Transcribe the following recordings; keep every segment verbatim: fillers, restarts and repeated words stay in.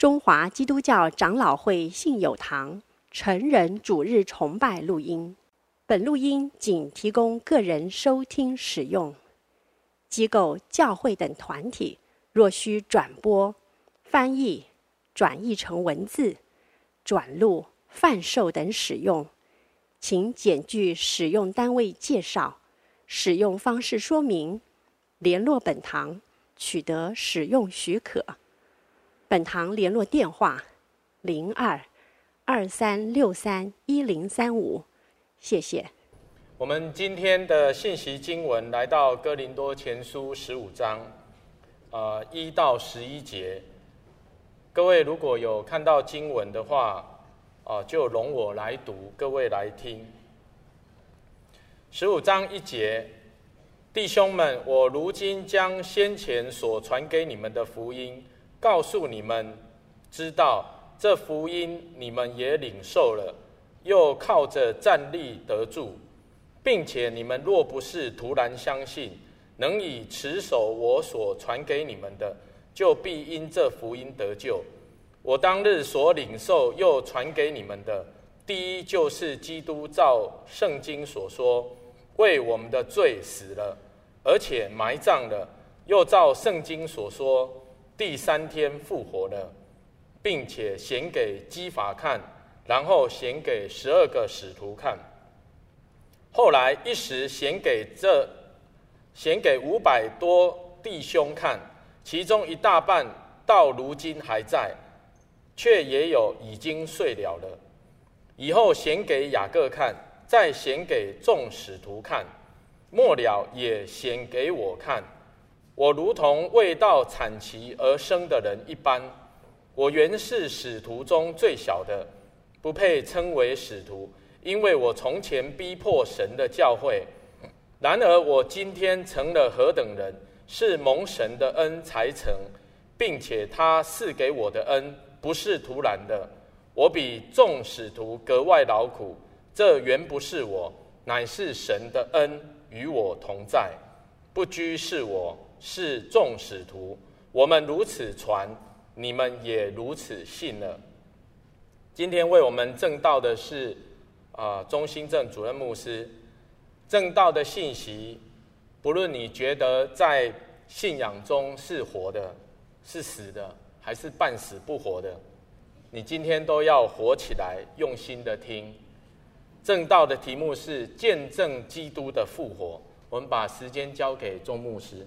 中华基督教长老会信友堂成人主日崇拜录音。本录音仅提供个人收听使用，机构、教会等团体若需转播、翻译、转译成文字、转录、贩售等使用，请检具使用单位介绍、使用方式说明，联络本堂取得使用许可。本堂联络电话：零二二三六三一零三五。谢谢。 我们今天的信息经文来到哥林多前书十五章，呃一到十一节。各位如果有看到经文的话，呃、就容我来读，各位来听。十五章一节，弟兄们，我如今将先前所传给你们的福音告诉你们，知道这福音你们也领受了，又靠着站立得住，并且你们若不是突然相信，能以持守我所传给你们的，就必因这福音得救。我当日所领受又传给你们的，第一就是基督照圣经所说，为我们的罪死了，而且埋葬了，又照圣经所说，第三天复活了，并且显给基法看，然后显给十二个使徒看。后来一时显给这显给五百多弟兄看，其中一大半到如今还在，却也有已经睡了了。以后显给雅各看，再显给众使徒看，末了也显给我看。我如同未到产期而生的人一般，我原是使徒中最小的，不配称为使徒，因为我从前逼迫神的教会。然而我今天成了何等人，是蒙神的恩才成，并且他赐给我的恩不是突然的。我比众使徒格外劳苦，这原不是我，乃是神的恩与我同在。不拘是我，是众使徒，我们如此传，你们也如此信了。今天为我们证道的是呃钟兴正主任牧师。证道的信息，不论你觉得在信仰中是活的、是死的，还是半死不活的，你今天都要活起来，用心的听。证道的题目是见证基督的复活。我们把时间交给钟牧师。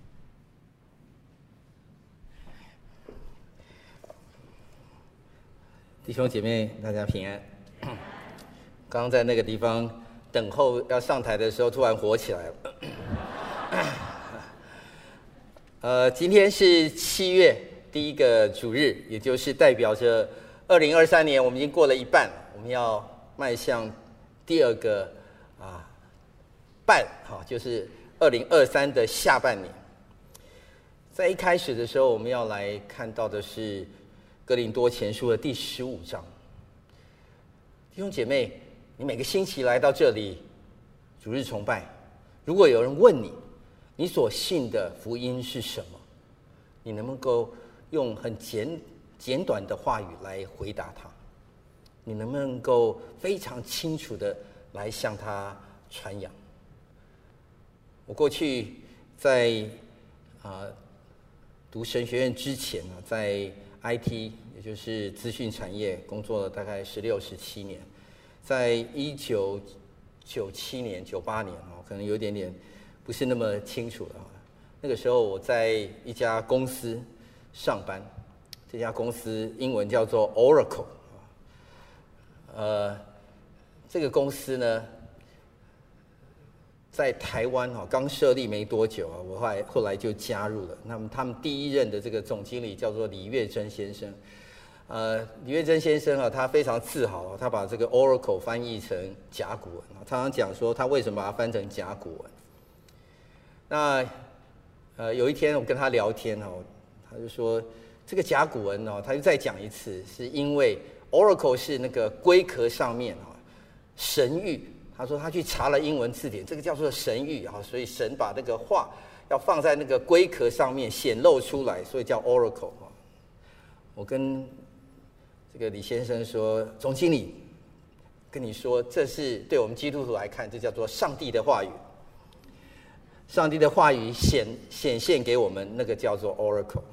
弟兄姐妹，大家平安。刚刚在那个地方等候要上台的时候，突然火起来了。呃，今天是七月第一个主日，也就是代表着二零二三年我们已经过了一半，我们要迈向第二个啊半，哈，就是二零二三的下半年。在一开始的时候，我们要来看到的是哥林多前书的第十五章。弟兄姐妹，你每个星期来到这里主日崇拜，如果有人问你，你所信的福音是什么？你能不能够用很简简短的话语来回答他？你能不能够非常清楚的来向他传扬？我过去在啊、呃、读神学院之前呢，在 I T 也就是资讯产业工作了大概十六十七年，在一九九七年、九八年哦，可能有点点不是那么清楚了。那个时候我在一家公司上班，这家公司英文叫做 Oracle。呃，这个公司呢，在台湾哈刚设立没多久啊，我后来后来就加入了。那么他们第一任的这个总经理叫做李月珍先生。呃，李月珍先生啊，他非常自豪，他把这个 Oracle 翻译成甲骨文，他常常讲说他为什么把它翻成甲骨文。那呃有一天我跟他聊天哦，他就说这个甲骨文哦，他就再讲一次，是因为 Oracle 是那个龟壳上面啊神谕。他说他去查了英文字典，这个叫做神谕啊，所以神把那个话要放在那个龟壳上面显露出来，所以叫 Oracle 啊。 我跟这个李先生说，总经理跟你说，这是对我们基督徒来看，这叫做上帝的话语。上帝的话语显显现给我们，那个叫做 Oracle。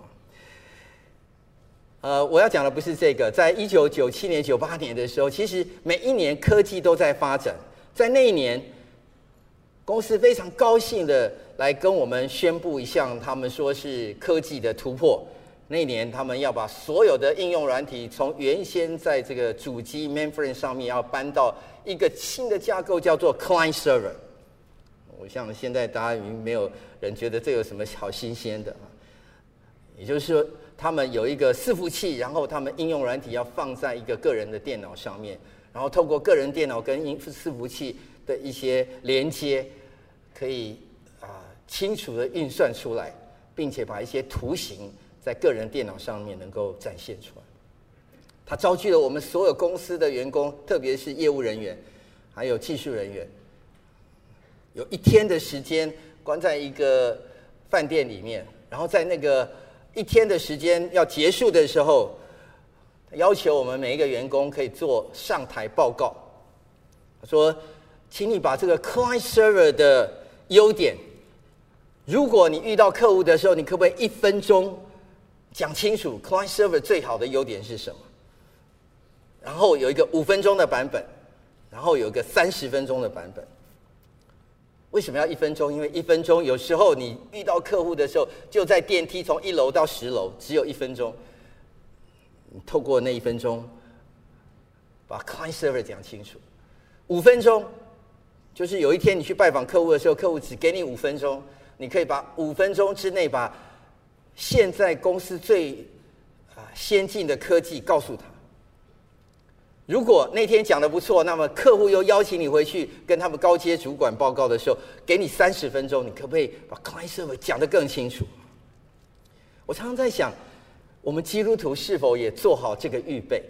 呃，我要讲的不是这个。在一九九七年、九八年的时候，其实每一年科技都在发展。在那一年，公司非常高兴的来跟我们宣布一项，他们说是科技的突破。那一年，他们要把所有的应用软体从原先在这个主机 mainframe 上面，要搬到一个新的架构，叫做 client server。我想现在大家已经没有人觉得这有什么好新鲜的，也就是说，他们有一个伺服器，然后他们应用软体要放在一个个人的电脑上面，然后透过个人电脑跟伺服器的一些连接，可以啊清楚的运算出来，并且把一些图形在个人电脑上面能够展现出来。它召集了我们所有公司的员工，特别是业务人员，还有技术人员。有一天的时间关在一个饭店里面，然后在那个一天的时间要结束的时候，要求我们每一个员工可以做上台报告。他说：“请你把这个 client server 的优点，如果你遇到客户的时候，你可不可以一分钟讲清楚 client server 最好的优点是什么？然后有一个五分钟的版本，然后有一个三十分钟的版本。”为什么要一分钟？因为一分钟有时候你遇到客户的时候，就在电梯从一楼到十楼，只有一分钟。你透过那一分钟，把 client server 讲清楚。五分钟，就是有一天你去拜访客户的时候，客户只给你五分钟，你可以把五分钟之内把现在公司最啊先进的科技告诉他。如果那天讲得不错，那么客户又邀请你回去跟他们高阶主管报告的时候，给你三十分钟，你可不可以把 client server 讲得更清楚？我常常在想，我们基督徒是否也做好这个预备？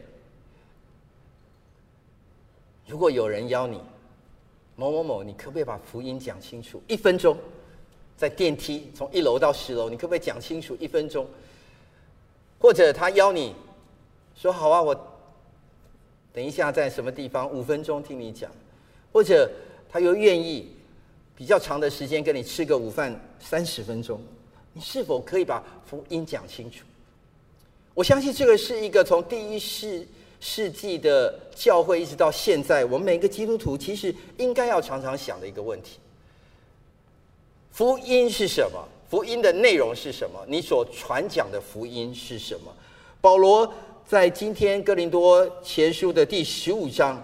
如果有人邀你某某某，你可不可以把福音讲清楚？一分钟，在电梯从一楼到十楼，你可不可以讲清楚一分钟？或者他邀你说好啊，我等一下在什么地方五分钟听你讲，或者他又愿意比较长的时间跟你吃个午饭三十分钟，你是否可以把福音讲清楚？我相信这个是一个从第一世世纪的教会一直到现在，我们每个基督徒其实应该要常常想的一个问题：福音是什么？福音的内容是什么？你所传讲的福音是什么？保罗在今天哥林多前书的第十五章，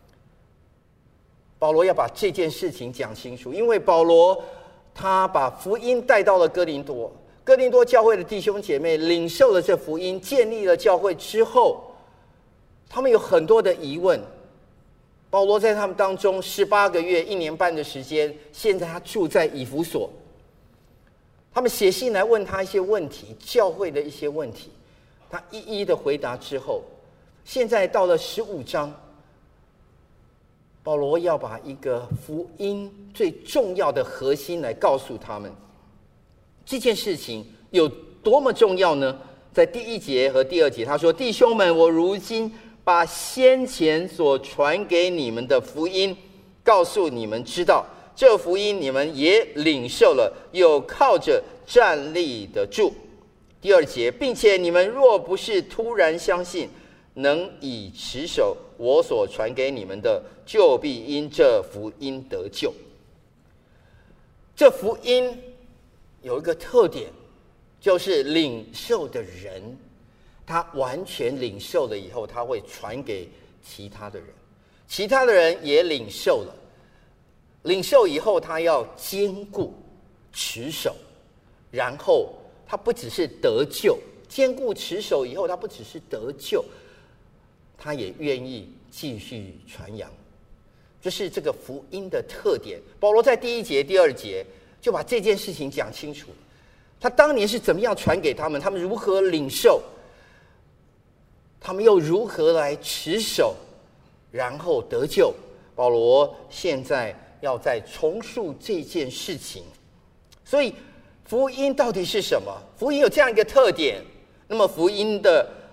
保罗要把这件事情讲清楚，因为保罗他把福音带到了哥林多，哥林多教会的弟兄姐妹领受了这福音，建立了教会之后，他们有很多的疑问。保罗在他们当中十八个月、一年半的时间，现在他住在以弗所，他们写信来问他一些问题，教会的一些问题。他一一的回答之后，现在到了十五章，保罗要把一个福音最重要的核心来告诉他们。这件事情有多么重要呢？在第一节和第二节，他说：“弟兄们，我如今把先前所传给你们的福音告诉你们知道，这福音你们也领受了，又靠着站立得住。”第二节，并且你们若不是突然相信，能以持守我所传给你们的，就必因这福音得救。这福音有一个特点，就是领受的人，他完全领受了以后，他会传给其他的人，其他的人也领受了，领受以后他要坚固持守，然后他不只是得救，坚固持守以后，他不只是得救，他也愿意继续传扬。这是这个福音的特点。保罗在第一节、第二节就把这件事情讲清楚。他当年是怎么样传给他们，他们如何领受，他们又如何来持守，然后得救。保罗现在要再重述这件事情。所以福音到底是什么？福音有这样一个特点，那么福音的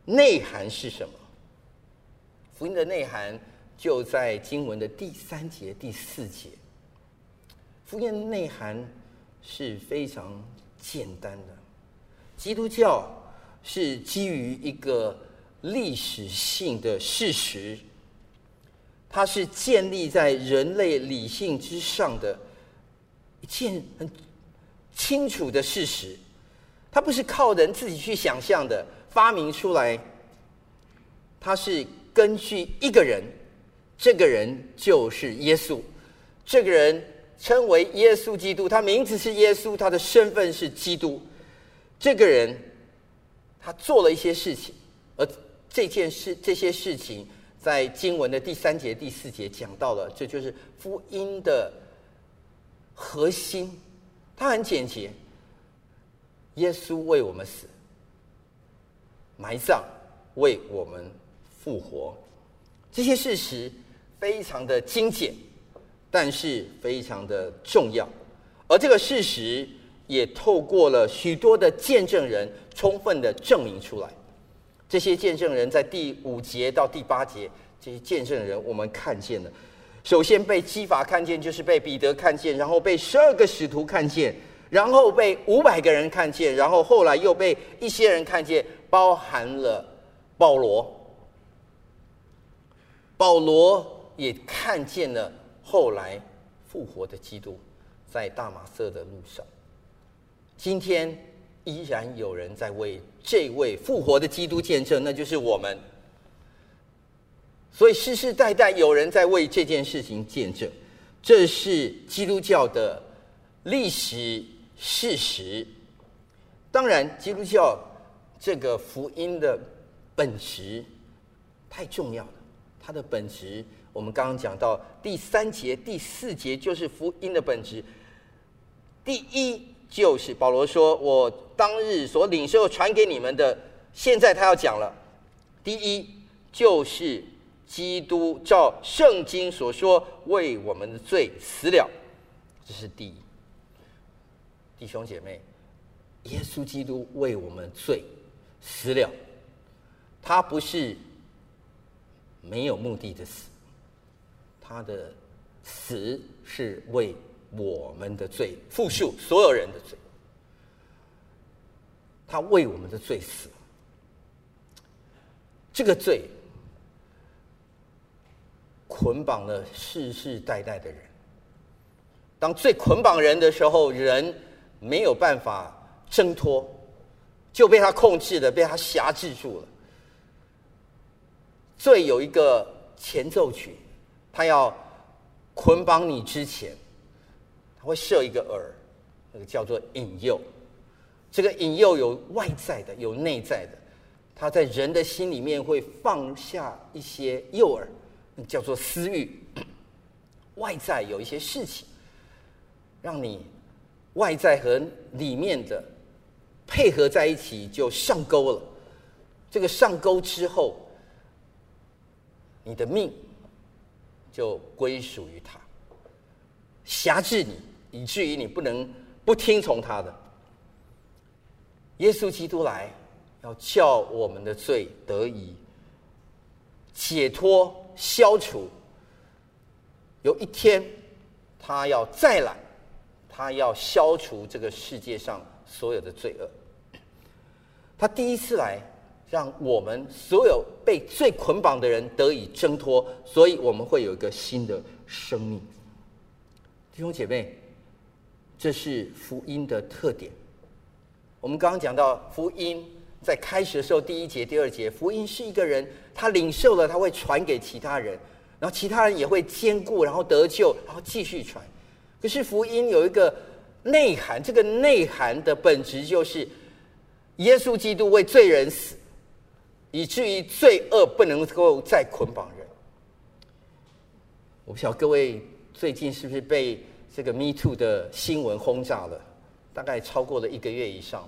内涵是什么？福音的内涵就在经文的第三节、第四节。福音的内涵是非常简单的，基督教是基于一个历史性的事实，它是建立在人类理性之上的一件很清楚的事实，它不是靠人自己去想象的发明出来，它是根据一个人，这个人就是耶稣，这个人称为耶稣基督，他名字是耶稣，他的身份是基督。这个人他做了一些事情，而这件事这些事情在经文的第三节、第四节讲到了，这就是福音的核心。它很简洁，耶稣为我们死，埋葬，为我们复活。这些事实非常的精简，但是非常的重要。而这个事实也透过了许多的见证人充分的证明出来。这些见证人在第五节到第八节，这些见证人我们看见了，首先被基法看见，就是被彼得看见，然后被十二个使徒看见，然后被五百个人看见，然后后来又被一些人看见，包含了保罗。保罗也看见了后来复活的基督，在大马色的路上。今天依然有人在为这位复活的基督见证，那就是我们。所以世世代代有人在为这件事情见证，这是基督教的历史事实。当然，基督教这个福音的本质太重要了，它的本质我们刚刚讲到第三节、第四节就是福音的本质。第一就是保罗说，我当日所领受传给你们的，现在他要讲了。第一就是基督照圣经所说为我们的罪死了，这是第一。弟兄姐妹，耶稣基督为我们罪死了，他不是没有目的的死，他的死是为我们的罪，复述所有人的罪，他为我们的罪死了。这个罪捆绑了世世代代的人，当罪捆绑人的时候，人没有办法挣脱，就被他控制了，被他辖制住了。罪有一个前奏曲，他要捆绑你之前，他会设一个饵，那个叫做引诱。这个引诱有外在的，有内在的。他在人的心里面会放下一些诱饵，那叫做私欲。外在有一些事情，让你外在和里面的配合在一起，就上钩了。这个上钩之后，你的命就归属于他，辖制你，以至于你不能不听从他的。耶稣基督来，要叫我们的罪得以解脱、消除。有一天，他要再来，他要消除这个世界上所有的罪恶。他第一次来，让我们所有被罪捆绑的人得以挣脱，所以我们会有一个新的生命。弟兄姐妹，这是福音的特点。我们刚刚讲到福音在开始的时候，第一节、第二节，福音是一个人他领受了，他会传给其他人，然后其他人也会坚固，然后得救，然后继续传。可是福音有一个内涵，这个内涵的本质就是耶稣基督为罪人死，以至于罪恶不能够再捆绑人。我不晓得各位最近是不是被这个 Me Too 的新闻轰炸了，大概超过了一个月以上。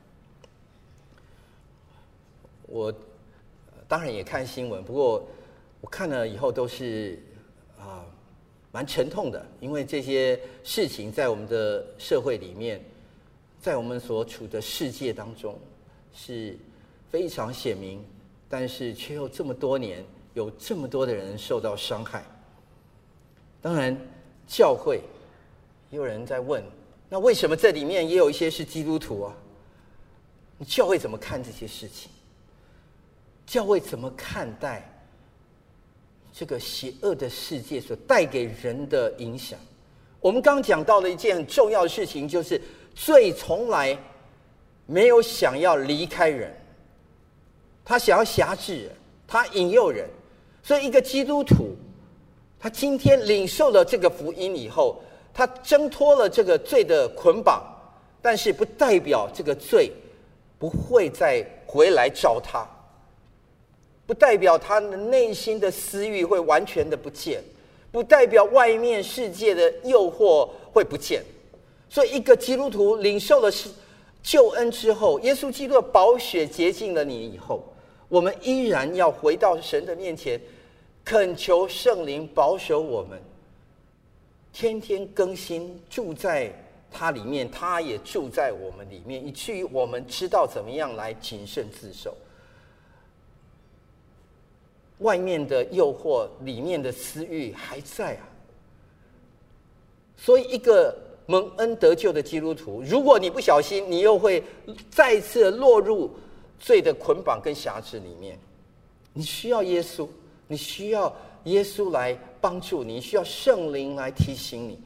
我当然也看新闻，不过我看了以后都是啊蛮沉痛的，因为这些事情在我们的社会里面，在我们所处的世界当中是非常显明， 但是却又这么多年有这么多的人受到伤害。当然，教会也有人在问，那为什么这里面也有一些是基督徒啊？教会怎么看这些事情？教会怎么看待这个邪恶的世界所带给人的影响？我们刚讲到的一件很重要的事情，就是罪从来没有想要离开人，他想要辖制人，他引诱人。所以一个基督徒，他今天领受了这个福音以后，他挣脱了这个罪的捆绑，但是不代表这个罪不会再回来找他，不代表他的内心的私欲会完全的不见，不代表外面世界的诱惑会不见。所以一个基督徒领受了救恩之后，耶稣基督的宝血洁净了你以后，我们依然要回到神的面前，恳求圣灵保守我们，天天更新，住在他里面，他也住在我们里面，以至于我们知道怎么样来谨慎自守。外面的诱惑，里面的私欲还在啊。所以一个蒙恩得救的基督徒，如果你不小心，你又会再一次落入罪的捆绑跟辖制里面。你需要耶稣，你需要耶稣来帮助你，需要圣灵来提醒你。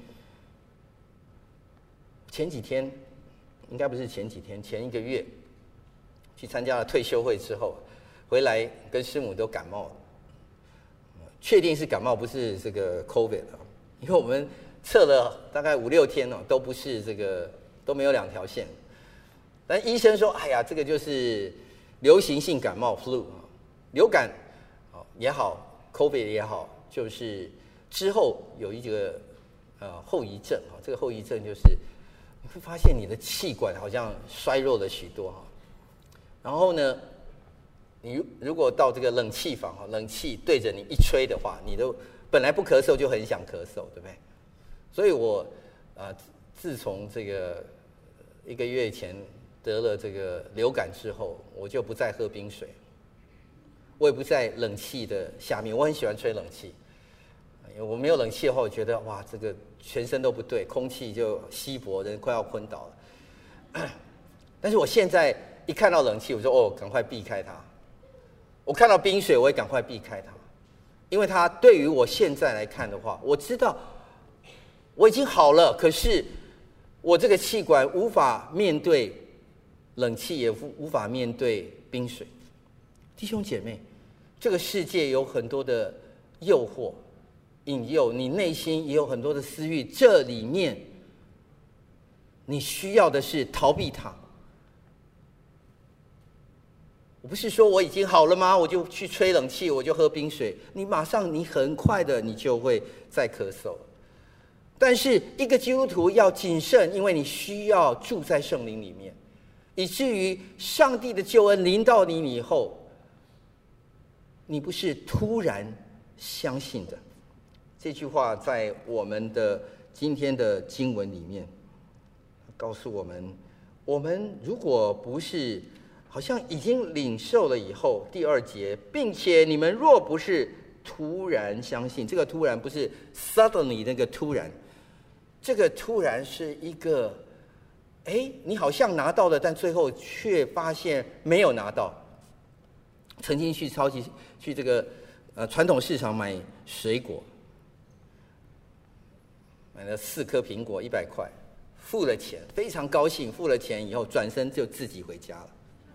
前几天，应该不是前几天，前一个月去参加了退休会之后，回来跟师母都感冒了，确定是感冒，不是这个 COVID 啊，因为我们测了大概五六天哦，都不是这个，都没有两条线。但医生说，哎呀，这个就是流行性感冒 flu 啊，流感也好 ，COVID 也好，就是之后有一个呃后遗症啊，这个后遗症就是你会发现你的气管好像衰弱了许多哈。然后呢，你如果到这个冷气房哈，冷气对着你一吹的话，你都本来不咳嗽就很想咳嗽，对不对？所以我啊、呃，自从这个一个月前得了这个流感之后，我就不再喝冰水，我也不在冷气的下面。我很喜欢吹冷气，因为我没有冷气的话，我觉得哇，这个全身都不对，空气就稀薄，人快要昏倒了。但是我现在一看到冷气，我说哦，赶快避开它。我看到冰水，我也赶快避开它，因为它对于我现在来看的话，我知道我已经好了，可是我这个气管无法面对冷气，也无法面对冰水。弟兄姐妹，这个世界有很多的诱惑、引诱，你内心也有很多的私欲，这里面你需要的是逃避它。我不是说我已经好了吗？我就去吹冷气，我就喝冰水，你马上你很快的你就会再咳嗽。但是一个基督徒要谨慎，因为你需要住在圣灵里面，以至于上帝的救恩临到你以后，你不是突然相信的。这句话在我们的今天的经文里面告诉我们，我们如果不是好像已经领受了以后，第二节，并且你们若不是突然相信，这个突然不是 suddenly 那个突然，这个突然是一个，哎，你好像拿到了，但最后却发现没有拿到。曾经去超级去这个呃传统市场买水果，买了四颗苹果，一百块，付了钱，非常高兴，付了钱以后转身就自己回家了。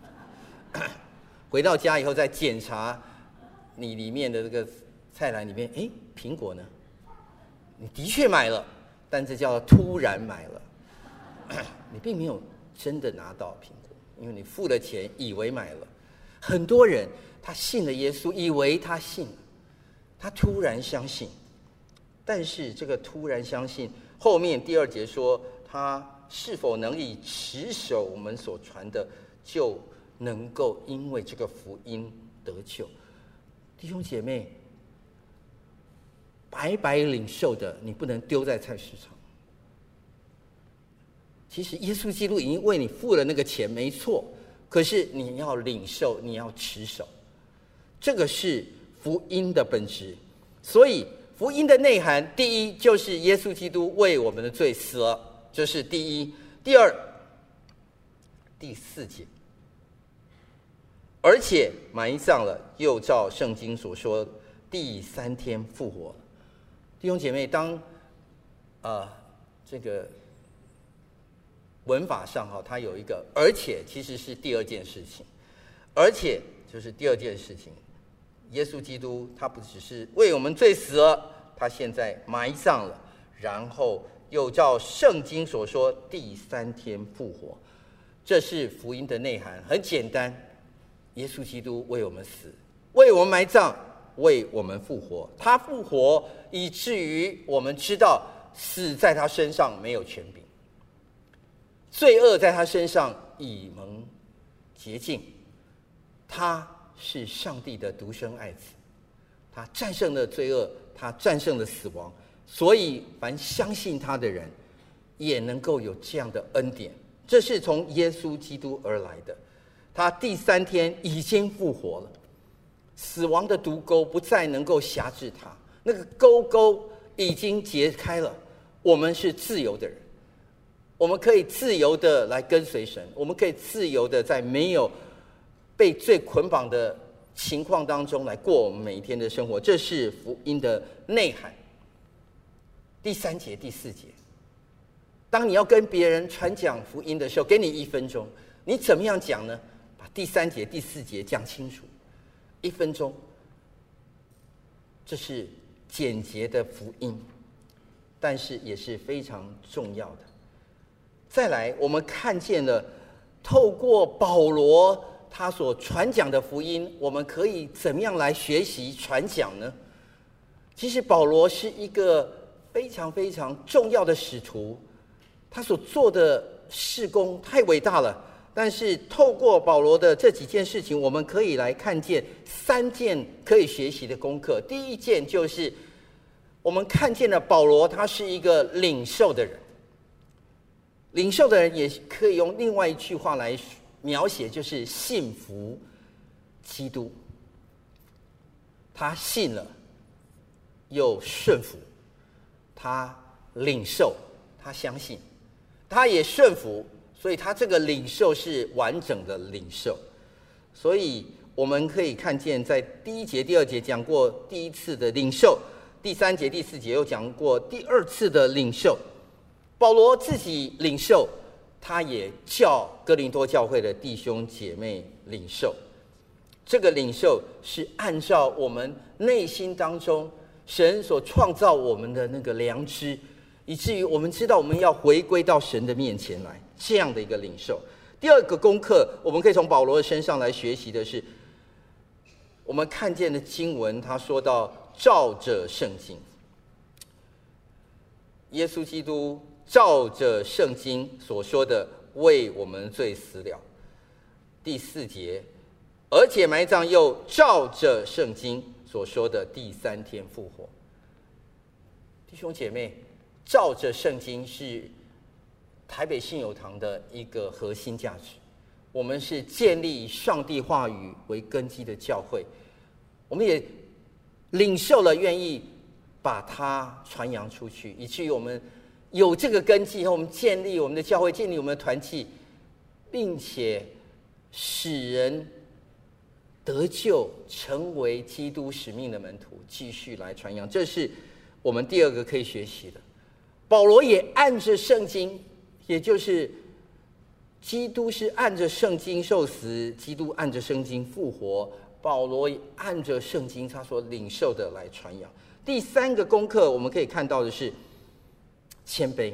回到家以后再检查你里面的这个菜篮里面，哎，苹果呢？你的确买了，但这叫突然买了，你并没有真的拿到苹果，因为你付了钱，以为买了。很多人他信了耶稣，以为他信了，他突然相信，但是这个突然相信后面第二节说，他是否能以持守我们所传的，就能够因为这个福音得救。弟兄姐妹，白白领受的，你不能丢在菜市场。其实耶稣基督已经为你付了那个钱，没错，可是你要领受，你要持守。 这个是福音的本质。所以福音的内涵，第一就是耶稣基督为我们的罪死了，这是第一。第二，第四节，而且埋葬了，又照圣经所说，第三天复活。弟兄姐妹，当呃这个文法上哈，它有一个而且，其实是第二件事情，而且就是第二件事情，耶稣基督他不只是为我们罪死了，他现在埋葬了，然后又照圣经所说，第三天复活。这是福音的内涵，很简单，耶稣基督为我们死，为我们埋葬，为我们复活。他复活以至于我们知道死在他身上没有权柄，罪恶在他身上已蒙洁净。他是上帝的独生爱子，他战胜了罪恶，他战胜了死亡，所以凡相信他的人也能够有这样的恩典。这是从耶稣基督而来的，他第三天已经复活了，死亡的毒钩不再能够辖制他，那个钩钩已经解开了，我们是自由的人，我们可以自由的来跟随神，我们可以自由的在没有被罪捆绑的情况当中来过我们每一天的生活。这是福音的内涵。第三节第四节，当你要跟别人传讲福音的时候，给你一分钟，你怎么样讲呢？把第三节第四节讲清楚，一分钟。这是简洁的福音，但是也是非常重要的。再来，我们看见了透过保罗他所传讲的福音，我们可以怎么样来学习传讲呢？其实保罗是一个非常非常重要的使徒，他所做的事工太伟大了。但是透过保罗的这几件事情，我们可以来看见三件可以学习的功课。第一件就是我们看见了保罗他是一个领受的人，领受的人也可以用另外一句话来描写，就是信服基督。他信了又顺服，他领受，他相信，他也顺服，所以他这个领受是完整的领受。所以我们可以看见，在第一节第二节讲过第一次的领受，第三节第四节又讲过第二次的领受。保罗自己领受，他也叫哥林多教会的弟兄姐妹领受。这个领受是按照我们内心当中神所创造我们的那个良知，以至于我们知道我们要回归到神的面前来，这样的一个领受。第二个功课，我们可以从保罗的身上来学习的是，我们看见的经文，他说到照着圣经，耶稣基督照着圣经所说的为我们罪死了。第四节，而且埋葬又照着圣经所说的第三天复活。弟兄姐妹，照着圣经是台北信友堂的一个核心价值。我们是建立上帝话语为根基的教会，我们也领受了，愿意把它传扬出去，以至于我们有这个根基以后，我们建立我们的教会，建立我们的团契，并且使人得救，成为基督使命的门徒，继续来传扬。这是我们第二个可以学习的。保罗也按着圣经，也就是基督是按着圣经受死，基督按着圣经复活，保罗也按着圣经他所领受的来传扬。第三个功课我们可以看到的是谦卑。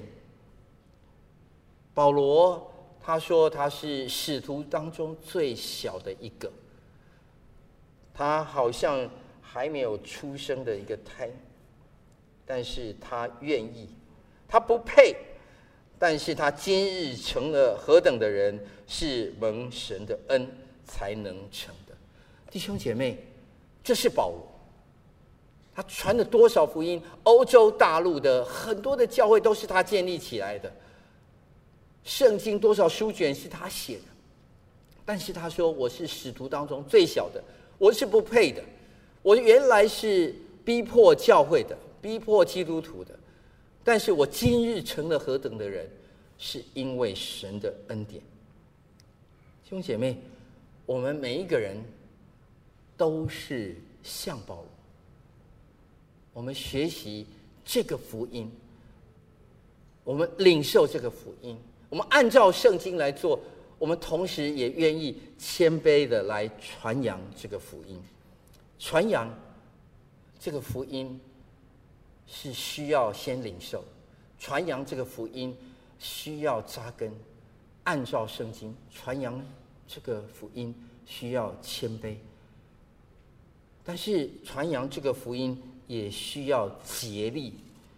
保罗他说他是使徒当中最小的一个，他好像还没有出生的一个胎，但是他愿意，他不配，但是他今日成了何等的人，是蒙神的恩才能成的。弟兄姐妹，这是保罗，他传了多少福音，欧洲大陆的很多的教会都是他建立起来的，圣经多少书卷是他写的，但是他说我是使徒当中最小的， 我是不配的，我原来是逼迫教会的，逼迫基督徒的，但是我今日成了何等的人，是因为神的恩典。弟兄姐妹，我们每一个人都是像保罗，我们学习这个福音，我们领受这个福音，我们按照圣经来做，我们同时也愿意谦卑的来传扬这个福音。传扬这个福音是需要先领受，传扬这个福音需要扎根，按照圣经传扬这个福音需要谦卑，但是传扬这个福音也需要竭力。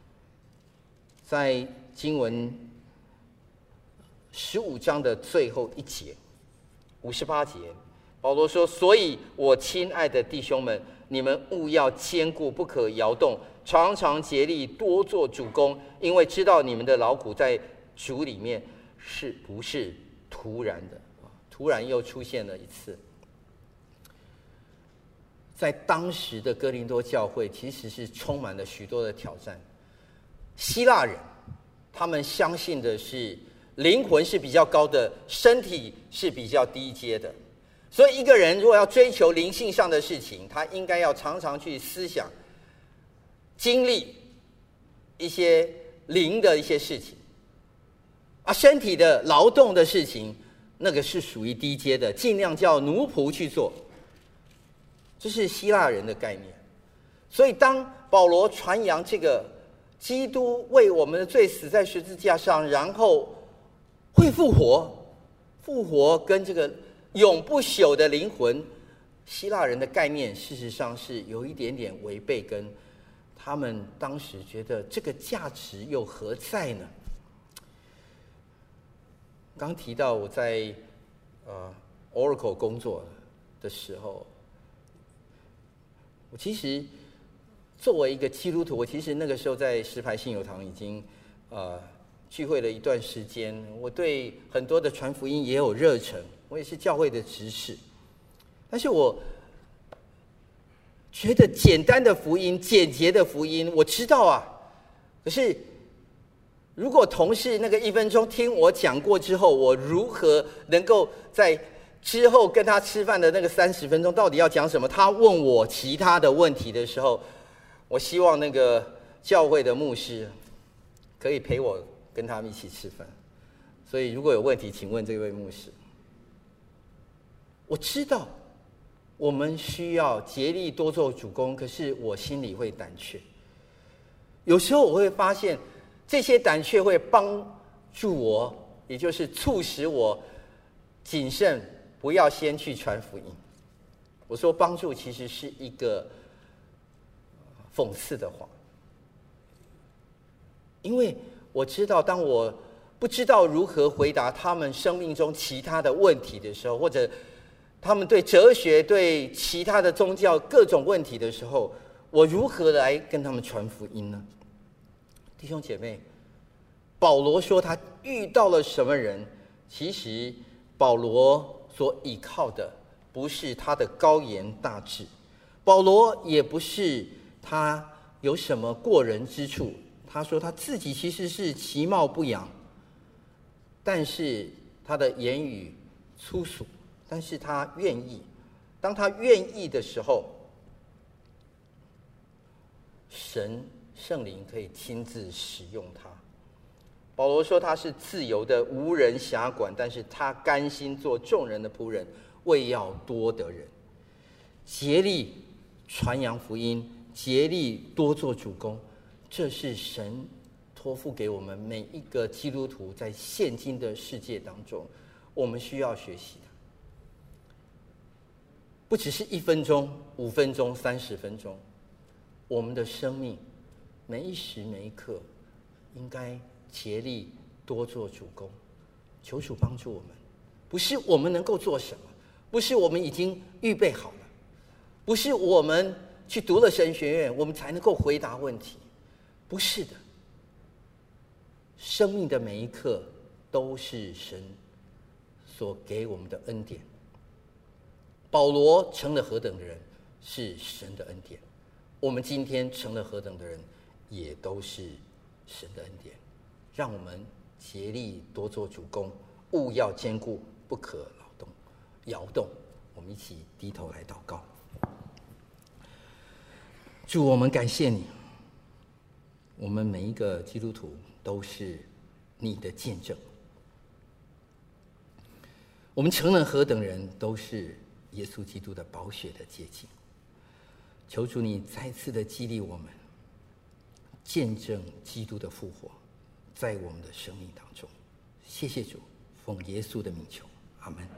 在经文十五章的最后一节，五十八节，保罗说：“所以我亲爱的弟兄们，你们务要坚固，不可摇动，常常竭力多做主工，因为知道你们的劳苦在主里面是不是突然的。”突然又出现了一次。在当时的哥林多教会其实是充满了许多的挑战。希腊人他们相信的是灵魂是比较高的，身体是比较低阶的，所以一个人如果要追求灵性上的事情，他应该要常常去思想经历一些灵的一些事情，而身体的劳动的事情那个是属于低阶的，尽量叫奴仆去做，这是希腊人的概念。所以当保罗传扬这个基督为我们的罪死在十字架上，然后会复活，复活跟这个永不朽的灵魂，希腊人的概念事实上是有一点点违背，跟他们当时觉得这个价值又何在呢？刚提到我在呃 Oracle 工作的时候，我其实作为一个基督徒，我其实那个时候在石牌信友堂已经呃聚会了一段时间，我对很多的传福音也有热忱，我也是教会的执事，但是我觉得简单的福音、简洁的福音我知道啊，可是如果同事那个一分钟听我讲过之后，我如何能够在之后跟他吃饭的那个三十分钟到底要讲什么？他问我其他的问题的时候，我希望那个教会的牧师可以陪我跟他们一起吃饭。所以如果有问题，请问这位牧师。我知道我们需要竭力多做主工，可是我心里会胆怯。有时候我会发现这些胆怯会帮助我，也就是促使我谨慎，不要先去传福音。我说帮助其实是一个讽刺的话，因为我知道当我不知道如何回答他们生命中其他的问题的时候，或者他们对哲学、对其他的宗教各种问题的时候，我如何来跟他们传福音呢？弟兄姐妹，保罗说他遇到了什么人，其实保罗所依靠的不是他的高言大志，保罗也不是他有什么过人之处。他说他自己其实是其貌不扬，但是他的言语粗俗，但是他愿意。当他愿意的时候，神圣灵可以亲自使用他。保罗说他是自由的，无人辖管，但是他甘心做众人的仆人，为要多得人。竭力传扬福音，竭力多做主工，这是神托付给我们每一个基督徒在现今的世界当中我们需要学习的。不只是一分钟、五分钟、三十分钟，我们的生命每一时每一刻应该竭力多做主工，求主帮助我们。不是我们能够做什么，不是我们已经预备好了，不是我们去读了神学院我们才能够回答问题，不是的。生命的每一刻都是神所给我们的恩典。 保罗成了何等的人，是神的恩典；我们今天成了何等的人，也都是神的恩典。让我们竭力多做主工，务要坚固，不可劳动摇动。我们一起低头来祷告。主，我们感谢你，我们每一个基督徒都是你的见证。我们成了何等人，都是耶稣基督的宝血的接近。求主你再次的激励我们，见证基督的复活在我们的生命当中。谢谢主，奉耶稣的名求，阿们。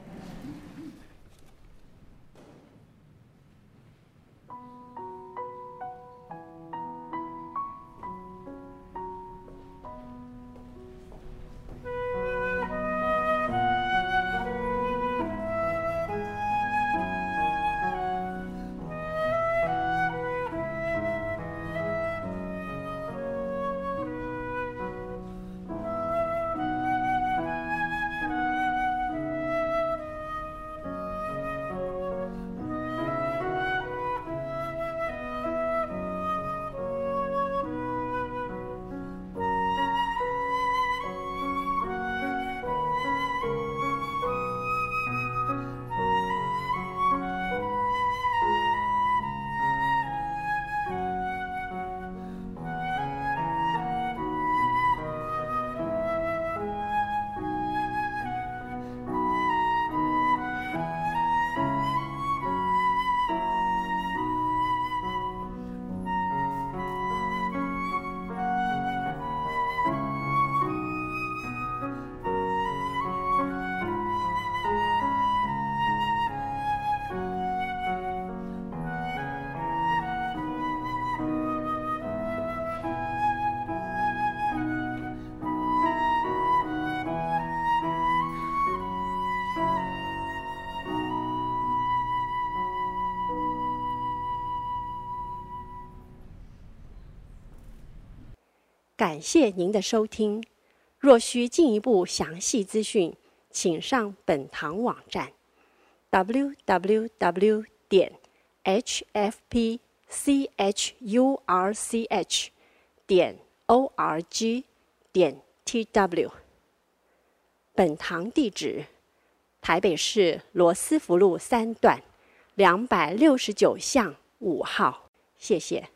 感谢您的收听。若需进一步详细资讯，请上本堂网站 double-u double-u double-u 点 h f p c h u r c h 点 o r g 点 t w。本堂地址：台北市罗斯福路三段两百六十九巷五号。谢谢。